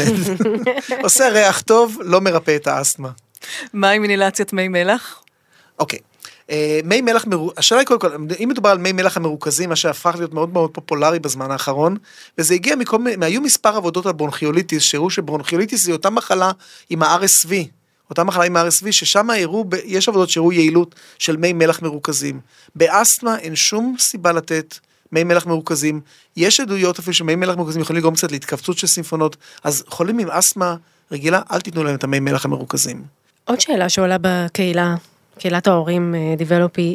עושה ריח טוב, לא מרפא את האסתמה. מה עם אינהלציית מי מלח? אוקיי. מי מלח, השאלה היא קודם כל, אם מדובר על מי מלח המרוכזים, מה שהפך להיות מאוד מאוד פופולרי בזמן האחרון, וזה הגיע מכל, היו מספר עבודות על ברונכיוליטיס, שהראו שברונכיוליטיס היא אותה מחלה עם ה-אר אס וי, אותה מחלה עם ה-אר אס וי, ששם הראו, יש עבודות שהראו יעילות של מי מלח מרוכזים. באסתמה אין שום סיבה לתת מי מלח מרוכזים, יש עדויות אפילו שמי מלח מרוכזים יכולים לגרום קצת להתכווצות של סימפונות, אז חולים עם אסתמה רגילה, אל תיתנו להם את המי מלח המרוכזים. עוד שאלה שעולה בקהילה, קהילת ההורים דיבלופי,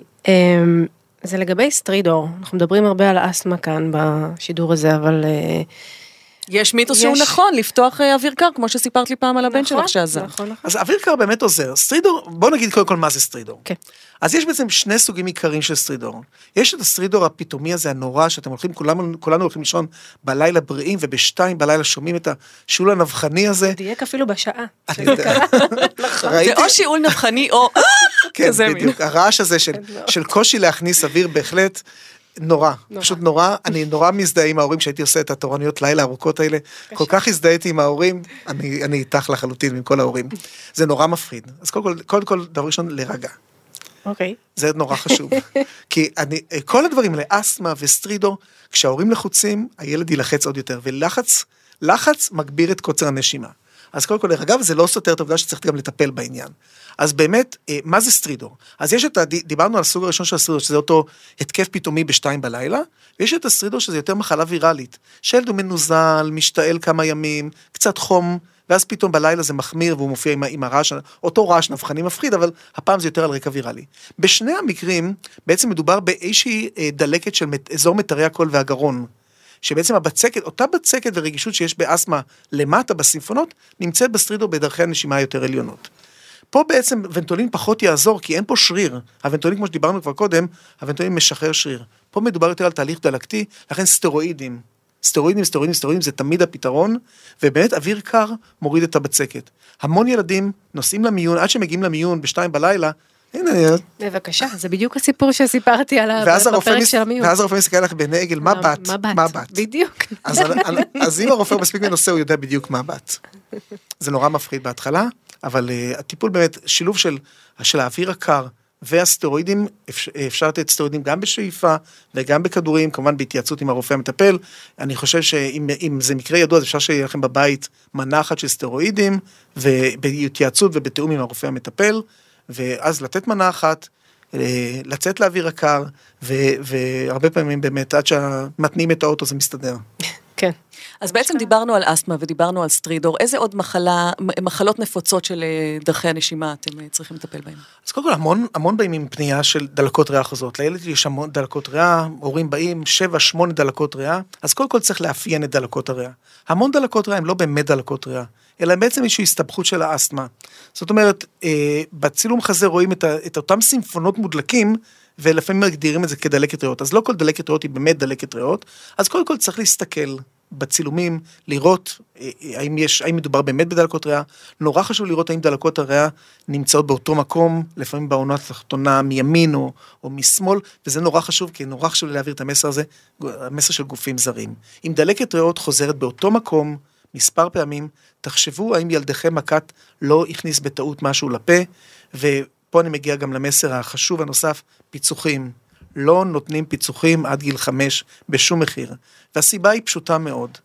זה לגבי סטרידור, אנחנו מדברים הרבה על אסתמה כאן בשידור הזה, אבל יש מיתוס שהוא נכון, לפתוח אוויר קר, כמו שסיפרת לי פעם על הבן שלך שעזר. אז אוויר קר באמת עוזר. סטרידור, בוא נגיד קודם כל מה זה סטרידור. כן. אז יש בעצם שני סוגים עיקריים של סטרידור. יש את הסטרידור הפתאומי הזה הנורא, שאתם הולכים, כולנו, כולנו הולכים לישון בלילה בריאים, ובשתיים בלילה שומעים את השאול הנבחני הזה. דייק אפילו בשעה. אני יודע. זה או שיעול נבחני, או... כן, בדיוק. הרעש הזה של קושי להכניס אוויר בהחלט, נורא, פשוט נורא, אני נורא מזדהה עם ההורים שהייתי עושה את התורניות לילה הארוכות האלה, כל כך הזדהיתי עם ההורים, אני, אני איתך לחלוטין עם כל ההורים, זה נורא מפחיד, אז קודם כל, קודם כל, דבר ראשון, להירגע. אוקיי. זה נורא חשוב, כי אני, כל הדברים, לאסמה וסטרידור, כשההורים לחוצים, הילד ילחץ עוד יותר, ולחץ, לחץ מגביר את קוצר הנשימה. אז קודם כל, אגב, זה לא סותר את העובדה שצריך גם לטפל בעניין. אז באמת, מה זה סטרידור? אז יש את, דיברנו על הסוג הראשון של הסטרידור, שזה אותו התקף פתאומי בשתיים בלילה, ויש את הסטרידור שזה יותר מחלה ויראלית, שילד הוא מנוזל, משתעל כמה ימים, קצת חום, ואז פתאום בלילה זה מחמיר, והוא מופיע עם, עם הרעש, אותו רעש נבחני מפחיד, אבל הפעם זה יותר על רקע ויראלי. בשני המקרים, בעצם מדובר באיזושהי דלקת של אזור מטרי הקול והגרון, שבעצם הבצקת, אותה בצקת ורגישות שיש באסמה למטה בסימפונות, נמצאת בסטרידור בדרכי הנשימה היותר עליונות. פה בעצם ונטולין פחות יעזור, כי אין פה שריר. הוונטולין, כמו שדיברנו כבר קודם, הוונטולין משחרר שריר. פה מדובר יותר על תהליך דלקתי, לכן סטרואידים. סטרואידים, סטרואידים, סטרואידים, זה תמיד הפתרון, ובאמת אוויר קר מוריד את הבצקת. המון ילדים נוסעים למיון, עד שמגיעים למיון בשתיים בלילה, הנה, בבקשה, זה בדיוק הסיפור שסיפרתי עליו בפרק של המיון. ואז הרופא מסתכל לך בעיני עגל, מה בת? מה בת? בדיוק. אז אם הרופא מספיק מנוסה, הוא יודע בדיוק מה בת. זה נורא מפחיד בהתחלה, אבל הטיפול באמת, שילוב של האוויר הקר והסטרואידים, אפשר לתת סטרואידים גם בשאיפה וגם בכדורים, כמובן בהתייעצות עם הרופא המטפל. אני חושב שאם זה מקרה ידוע, אז אפשר שיהיה לכם בבית מנה אחת של סטרואידים, ובהתייעצות ובתיאום עם הרופא המטפל, ואז לתת מנה אחת, לצאת לאוויר הקר, והרבה פעמים באמת, עד שמתנים את האוטו זה מסתדר. כן. אז בעצם דיברנו על אסתמה ודיברנו על סטרידור, איזה עוד מחלה, מחלות נפוצות של דרכי הנשימה אתם צריכים לטפל בהן? אז קודם כל, המון, המון באים עם פנייה של דלקות ריאה חוזרות. לילד יש המון דלקות ריאה, הורים באים, שבע, שמונה דלקות ריאה, אז קודם כל צריך לאפיין את דלקות הריאה. המון דלקות ריאה הם לא באמת דלקות ריאה, אלא בעצם איזושהי הסתבכות של האסתמה. זאת אומרת, אה, בצילום חזה רואים את, ה, את אותם סימפונות מודלקים, ולפעמים מגדירים את זה כדלקת ריאות. אז לא כל דלקת ריאות היא באמת דלקת ריאות, אז קודם כל צריך להסתכל בצילומים, לראות האם יש, האם מדובר באמת בדלקות ריאה. נורא חשוב לראות האם דלקות הריאה נמצאות באותו מקום, לפעמים בעונה התחתונה מימין או, או משמאל, וזה נורא חשוב, כי נורא חשוב להעביר את המסר הזה, המסר של גופים זרים. אם דלקת ריאות חוזרת באותו מקום, מספר פעמים, תחשבו האם ילדיכם מכת לא הכניס בטעות משהו לפה, ופה אני מגיע גם למסר החשוב הנוסף, פיצוחים. לא נותנים פיצוחים עד גיל חמש בשום מחיר. והסיבה היא פשוטה מאוד.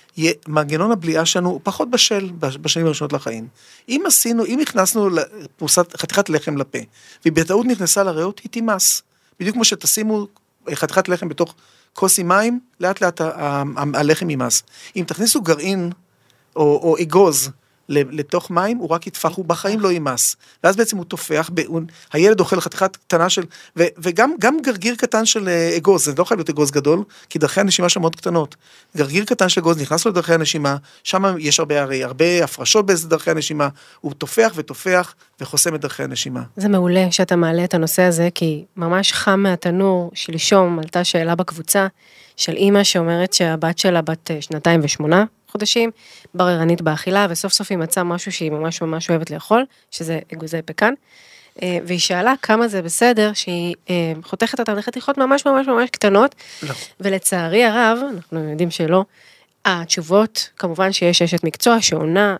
מנגנון הבליעה שלנו הוא פחות בשל בשנים הראשונות לחיים. אם עשינו, אם הכנסנו לפרוסת, חתיכת לחם לפה, והיא בטעות נכנסה לריאות, היא תימס. בדיוק כמו שתשימו חתיכת לחם בתוך כוס עם מים, לאט לאט הלחם יימס. אם תכניסו גרעין או, או אגוז, לתוך מים, הוא רק יתפח, הוא בחיים לא יימס. ואז בעצם הוא תופח, הילד אוכל חתיכת קטנה של, וגם גם גרגיר קטן של אגוז, זה לא חייב להיות אגוז גדול, כי דרכי הנשימה שם מאוד קטנות. גרגיר קטן של אגוז נכנס לו לדרכי הנשימה, שם יש הרבה, הרי, הרבה הפרשות באיזה דרכי הנשימה, הוא תופח ותופח וחוסם את דרכי הנשימה. זה מעולה שאתה מעלה את הנושא הזה, כי ממש חם מהתנור, שלשום עלתה שאלה בקבוצה, של אימא שאומרת שהבת שלה בת שנתיים ושמונה, חודשים, בררנית באכילה, וסוף סוף היא מצאה משהו שהיא ממש ממש אוהבת לאכול, שזה אגוזי פקן, והיא שאלה כמה זה בסדר, שהיא חותכת אותם לחתיכות ממש ממש ממש קטנות, לא. ולצערי הרב, אנחנו יודעים שלא, התשובות, כמובן שיש אשת מקצוע שעונה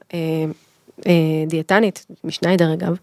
דיאטנית, משניידר אגב,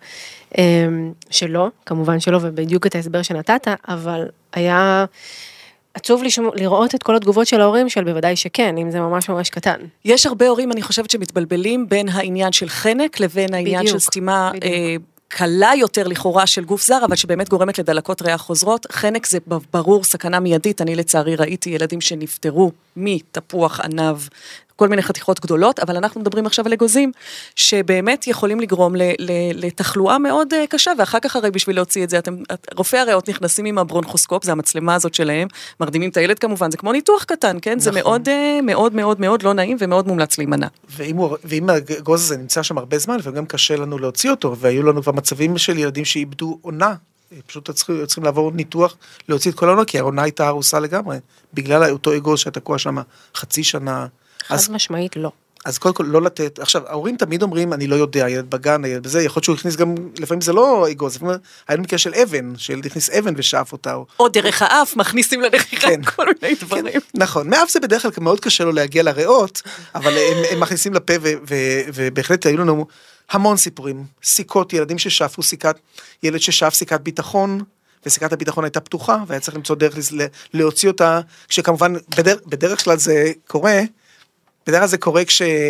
שלא, כמובן שלא, ובדיוק את ההסבר שנתת, אבל היה עצוב לראות את כל התגובות של ההורים של בוודאי שכן, אם זה ממש ממש קטן. יש הרבה הורים, אני חושבת, שמתבלבלים בין העניין של חנק לבין העניין בדיוק, של סתימה אה, קלה יותר לכאורה של גוף זר, אבל שבאמת גורמת לדלקות ריאה חוזרות. חנק זה ברור סכנה מיידית, אני לצערי ראיתי ילדים שנפטרו מתפוח ענב, כל מיני חתיכות גדולות, אבל אנחנו מדברים עכשיו על אגוזים, שבאמת יכולים לגרום ל, ל, לתחלואה מאוד קשה, ואחר כך הרי בשביל להוציא את זה, אתם, רופאי הריאות נכנסים עם הברונכוסקופ, זה המצלמה הזאת שלהם, מרדימים את הילד כמובן, זה כמו ניתוח קטן, כן? זה מאוד, מאוד, מאוד, מאוד לא נעים ומאוד מומלץ להימנע. ואם, הוא, ואם האגוז הזה נמצא שם הרבה זמן, וגם קשה לנו להוציא אותו, והיו לנו כבר מצבים של ילדים שאיבדו עונה, פשוט צריכים, צריכים לעבור ניתוח, להוציא את כל העונה, כי העונה הייתה הרוסה לגמרי, בגלל אותו אגוז שתקוע שם חצי שנה. חד אז, משמעית לא. אז קודם כל לא לתת, עכשיו, ההורים תמיד אומרים, אני לא יודע, ילד בגן, ילד בזה, יכול להיות שהוא הכניס גם, לפעמים זה לא אגוז, לפעמים היה מקרה של אבן, שילד הכניס אבן ושאף אותה. או, או דרך האף, מכניסים לנחירה כן, כל מיני דברים. כן, נכון, מאף זה בדרך כלל מאוד קשה לו להגיע לריאות, אבל הם, הם מכניסים לפה, ו, ו, ובהחלט היו לנו המון סיפורים, סיכות, ילדים ששאפו סיכת, ילד ששאף סיכת ביטחון, וסיכת הביטחון הייתה פתוחה, והיה צריך למצוא דרך להוציא אותה, כשכמובן, בדרך, בדרך כלל זה קורה, בדרך כלל זה קורה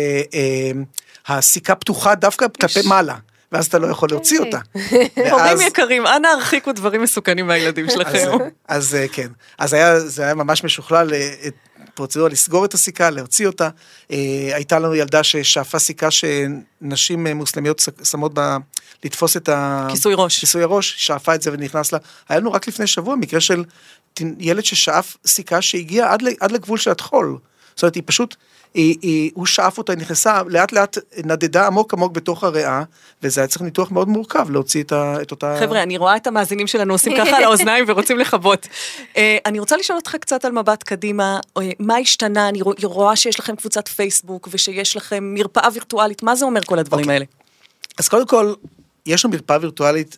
כשהסיכה פתוחה דווקא כלפי מעלה, ואז אתה לא יכול להוציא אותה. הורים יקרים, אנא הרחיקו דברים מסוכנים מהילדים שלכם. אז כן, אז זה היה ממש משוכלל, פרוצדורה לסגור את הסיכה, להוציא אותה. הייתה לנו ילדה ששאפה סיכה שנשים מוסלמיות שמות בה, לתפוס את כיסוי ראש. כיסוי הראש, שאפה את זה ונכנס לה. היה לנו רק לפני שבוע מקרה של ילד ששאף סיכה שהגיע עד לגבול של התחול. זאת אומרת, היא פשוט, היא, היא, הוא שאף אותה, היא נכנסה, לאט לאט נדדה עמוק עמוק בתוך הריאה, וזה היה צריך ניתוח מאוד מורכב, להוציא את, ה, את אותה... חבר'ה, אני רואה את המאזינים שלנו עושים ככה על האוזניים ורוצים לחוות. אני רוצה לשאול אותך קצת על מבט קדימה, מה השתנה? אני רואה שיש לכם קבוצת פייסבוק, ושיש לכם מרפאה וירטואלית, מה זה אומר כל הדברים האלה? אז קודם כל, יש לנו מרפאה וירטואלית,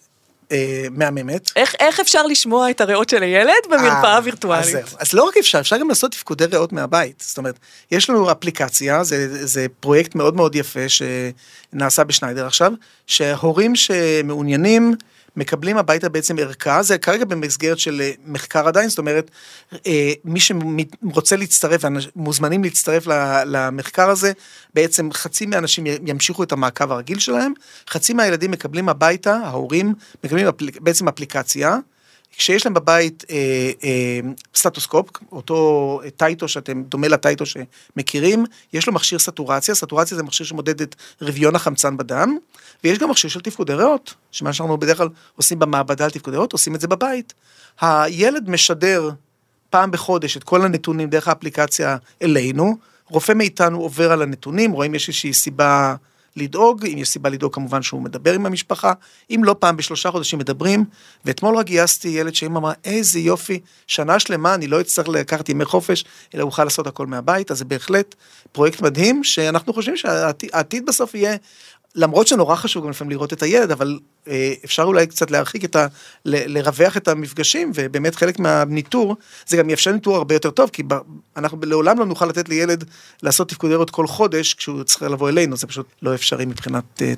מהממת. איך, איך אפשר לשמוע את הריאות של הילד במרפאה וירטואלית? אז, אז לא רק אפשר, אפשר גם לעשות תפקודי ריאות מהבית. זאת אומרת, יש לנו אפליקציה, זה, זה פרויקט מאוד מאוד יפה שנעשה בשניידר עכשיו, שההורים שמעוניינים מקבלים הביתה בעצם ערכה, זה כרגע במסגרת של מחקר עדיין, זאת אומרת, מי שרוצה להצטרף, מוזמנים להצטרף למחקר הזה, בעצם חצי מהאנשים ימשיכו את המעקב הרגיל שלהם, חצי מהילדים מקבלים הביתה, ההורים מקבלים בעצם אפליקציה, כשיש להם בבית אה, אה, סטטוסקופ, אותו טייטו שאתם, דומה לטייטו שמכירים, יש לו מכשיר סטורציה, סטורציה זה מכשיר שמודד את רביון החמצן בדם, ויש גם מכשיר של תפקודי ריאות, שמה שאנחנו בדרך כלל עושים במעבדה על תפקודי ריאות, עושים את זה בבית. הילד משדר פעם בחודש את כל הנתונים דרך האפליקציה אלינו, רופא מאיתנו עובר על הנתונים, רואים יש איזושהי סיבה לדאוג, אם יש סיבה לדאוג כמובן שהוא מדבר עם המשפחה, אם לא פעם בשלושה חודשים מדברים, ואתמול רק גייסתי ילד שאמא אמרה, איזה יופי, שנה שלמה אני לא אצטרך לקחת ימי חופש, אלא אוכל לעשות הכל מהבית, אז זה בהחלט פרויקט מדהים, שאנחנו חושבים שהעתיד בסוף יהיה, למרות שנורא חשוב גם לפעמים לראות את הילד, אבל אה, אפשר אולי קצת להרחיק את ה... ל, לרווח את המפגשים, ובאמת חלק מהניטור, זה גם יאפשר ניטור הרבה יותר טוב, כי ב, אנחנו לעולם לא נוכל לתת לילד לעשות תפקודי ריאות כל חודש, כשהוא צריך לבוא אלינו, זה פשוט לא אפשרי מבחינת אה,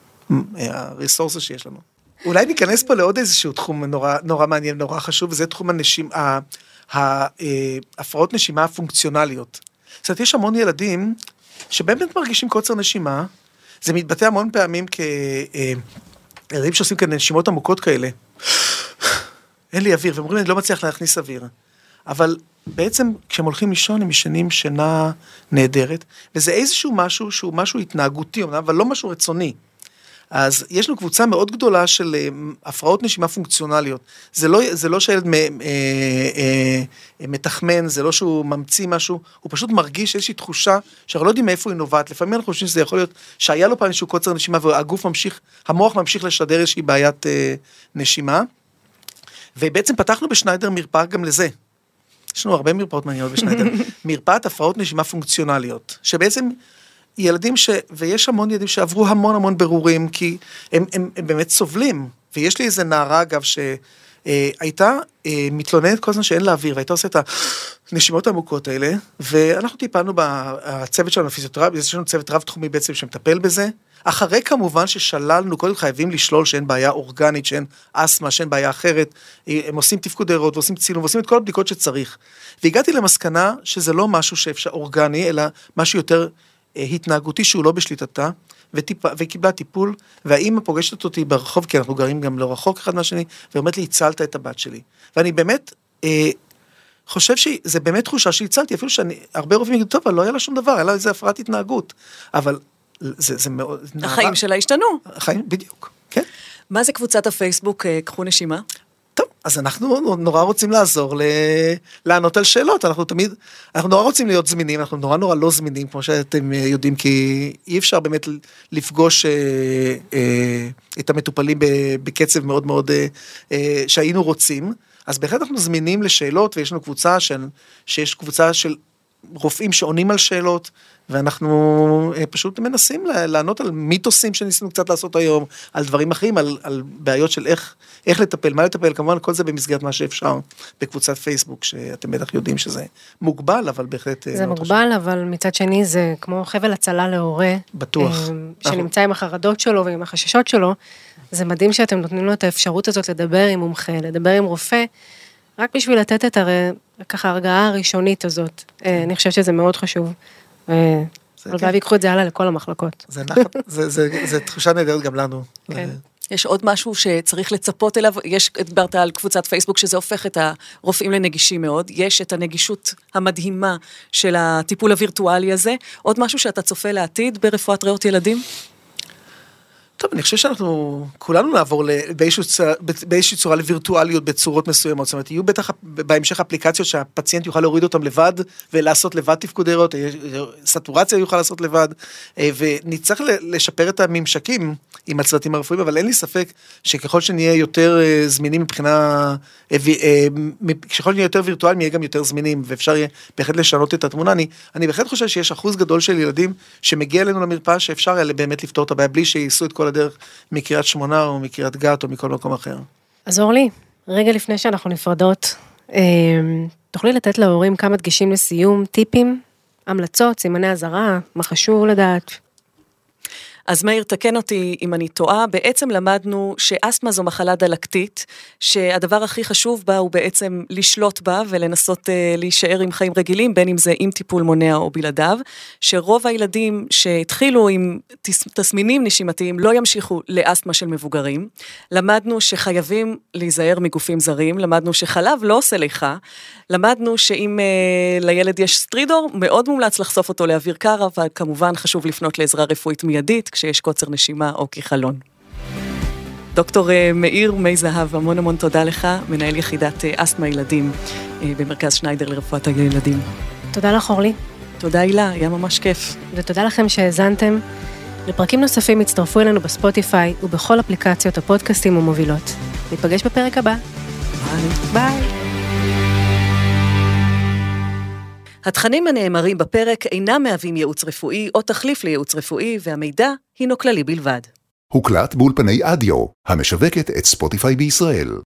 הריסורסה שיש לנו. אולי ניכנס פה לעוד איזשהו תחום נורא, נורא מעניין, נורא חשוב, וזה תחום הנשימה, ההפרעות נשימה הפונקציונליות. זאת אומרת, יש המון ילדים שבאמת מרגישים קוצר נשימה, זה מתבטא המון פעמים כילדים שעושים כאן נשימות עמוקות כאלה. אין לי אוויר, ואומרים, אני לא מצליח להכניס אוויר. אבל בעצם כשהם הולכים לישון, הם ישנים שינה נהדרת, וזה איזשהו משהו שהוא משהו התנהגותי, אבל לא משהו רצוני. אז יש לנו קבוצה מאוד גדולה של הפרעות נשימה פונקציונליות. זה לא, זה לא שהילד מתחמן, זה לא שהוא ממציא משהו, הוא פשוט מרגיש איזושהי תחושה שאנחנו לא יודעים מאיפה היא נובעת. לפעמים אנחנו חושבים שזה יכול להיות שהיה לו פעם איזשהו קוצר נשימה, והגוף ממשיך, המוח ממשיך לשדר איזושהי בעיית נשימה. ובעצם פתחנו בשניידר מרפאה גם לזה. יש לנו הרבה מרפאות מעניינות בשניידר. מרפאת הפרעות נשימה פונקציונליות, שבעצם ילדים ש... ויש המון ילדים שעברו המון המון ברורים, כי הם, הם, הם באמת סובלים. ויש לי איזה נערה, אגב, שהייתה מתלוננת כל הזמן שאין לה אוויר, והייתה עושה את הנשימות העמוקות האלה, ואנחנו טיפלנו בצוות שלנו, הפיזיותרפיה, יש לנו צוות רב תחומי בעצם שמטפל בזה, אחרי כמובן ששללנו, קודם חייבים לשלול שאין בעיה אורגנית, שאין אסמה, שאין בעיה אחרת, הם עושים תפקודי ריאות, ועושים צילום, ועושים את כל הבדיקות שצריך. והגעתי למסקנה שזה לא משהו שאפשר אורגני, אלא משהו יותר התנהגותי שהוא לא בשליטתה, וטיפ, וקיבלה טיפול, והאמא פוגשת אותי ברחוב, כי אנחנו גרים גם לא רחוק אחד מהשני, ואומרת לי, הצלת את הבת שלי. ואני באמת, אה, חושב שזה באמת תחושה שהצלתי, אפילו שאני, הרבה רופאים יגידו, טוב, אבל לא היה לה שום דבר, היה לה איזה הפרעת התנהגות, אבל זה, זה מאוד... החיים נערה, שלה השתנו. החיים, בדיוק, כן. מה זה קבוצת הפייסבוק, קחו נשימה? טוב, אז אנחנו נורא רוצים לעזור, ל... לענות על שאלות, אנחנו תמיד, אנחנו נורא רוצים להיות זמינים, אנחנו נורא נורא לא זמינים, כמו שאתם יודעים, כי אי אפשר באמת לפגוש אה, אה, את המטופלים בקצב מאוד מאוד אה, אה, שהיינו רוצים, אז בהחלט אנחנו זמינים לשאלות, ויש לנו קבוצה של, שיש קבוצה של רופאים שעונים על שאלות, ואנחנו פשוט מנסים לענות על מיתוסים שניסינו קצת לעשות היום, על דברים אחרים, על, על בעיות של איך, איך לטפל, מה לטפל, כמובן כל זה במסגרת מה שאפשר, בקבוצת פייסבוק, שאתם בטח יודעים שזה מוגבל, אבל בהחלט... זה מוגבל, חשוב. אבל מצד שני זה כמו חבל הצלה להורה. בטוח. שנמצא עם החרדות שלו ועם החששות שלו, זה מדהים שאתם נותנים לו את האפשרות הזאת לדבר עם מומחה, לדבר עם רופא, רק בשביל לתת את הר... ככה הרגעה הראשונית הזאת. אני חושבת שזה מאוד חשוב. הלוואי ויקחו את זה הלאה לכל המחלקות. זה תחושה נהדרת גם לנו. יש עוד משהו שצריך לצפות אליו, יש, דיברת על קבוצת פייסבוק שזה הופך את הרופאים לנגישים מאוד, יש את הנגישות המדהימה של הטיפול הווירטואלי הזה, עוד משהו שאתה צופה לעתיד ברפואת ריאות ילדים? טוב, אני חושב שאנחנו, כולנו נעבור באיזושהי צורה לווירטואליות בצורות מסוימות, זאת אומרת, יהיו בטח בהמשך אפליקציות שהפציינט יוכל להוריד אותם לבד, ולעשות לבד תפקודי ריאות, סטורציה יוכל לעשות לבד, ונצטרך לשפר את הממשקים עם הצוותים הרפואיים, אבל אין לי ספק שככל שנהיה יותר זמינים מבחינה, ככל שנהיה יותר וירטואליים, יהיה גם יותר זמינים, ואפשר יהיה בהחלט לשנות את התמונה. אני, אני בהחלט חושב שיש אחוז גדול של ילדים שמגיע אלינו למרפאה, שאפשר באמת לפתור את הבעיה, בלי שייסו את כל הדרך מקריית שמונה, או מקריית גת, או מכל מקום אחר. אז אורלי, רגע לפני שאנחנו נפרדות, תוכלי לתת להורים כמה דגשים לסיום, טיפים, המלצות, סימני הזרה, מה חשוב לדעת? אז מאיר, תקן אותי אם אני טועה, בעצם למדנו שאסתמה זו מחלה דלקתית, שהדבר הכי חשוב בה הוא בעצם לשלוט בה ולנסות uh, להישאר עם חיים רגילים, בין אם זה עם טיפול מונע או בלעדיו, שרוב הילדים שהתחילו עם תס, תסמינים נשימתיים לא ימשיכו לאסתמה של מבוגרים, למדנו שחייבים להיזהר מגופים זרים, למדנו שחלב לא עושה ליכה, למדנו שאם uh, לילד יש סטרידור, מאוד מומלץ לחשוף אותו לאוויר קר, אבל כמובן חשוב לפנות לעזרה רפואית מיידית, כשיש קוצר נשימה או כחלון. דוקטור מאיר מי זהב, המון המון תודה לך, מנהל יחידת אסתמה ילדים במרכז שניידר לרפואת הילדים. תודה לך אורלי. תודה הילה, היה ממש כיף. ותודה לכם שהאזנתם. לפרקים נוספים הצטרפו אלינו בספוטיפיי ובכל אפליקציות הפודקאסטים ומובילות. ניפגש בפרק הבא. ביי. ביי. התכנים הנאמרים בפרק אינם מהווים ייעוץ רפואי או תחליף לייעוץ רפואי, והמידע הינו כללי בלבד. הוקלט באולפני אדיו, המשווקת את ספוטיפיי בישראל.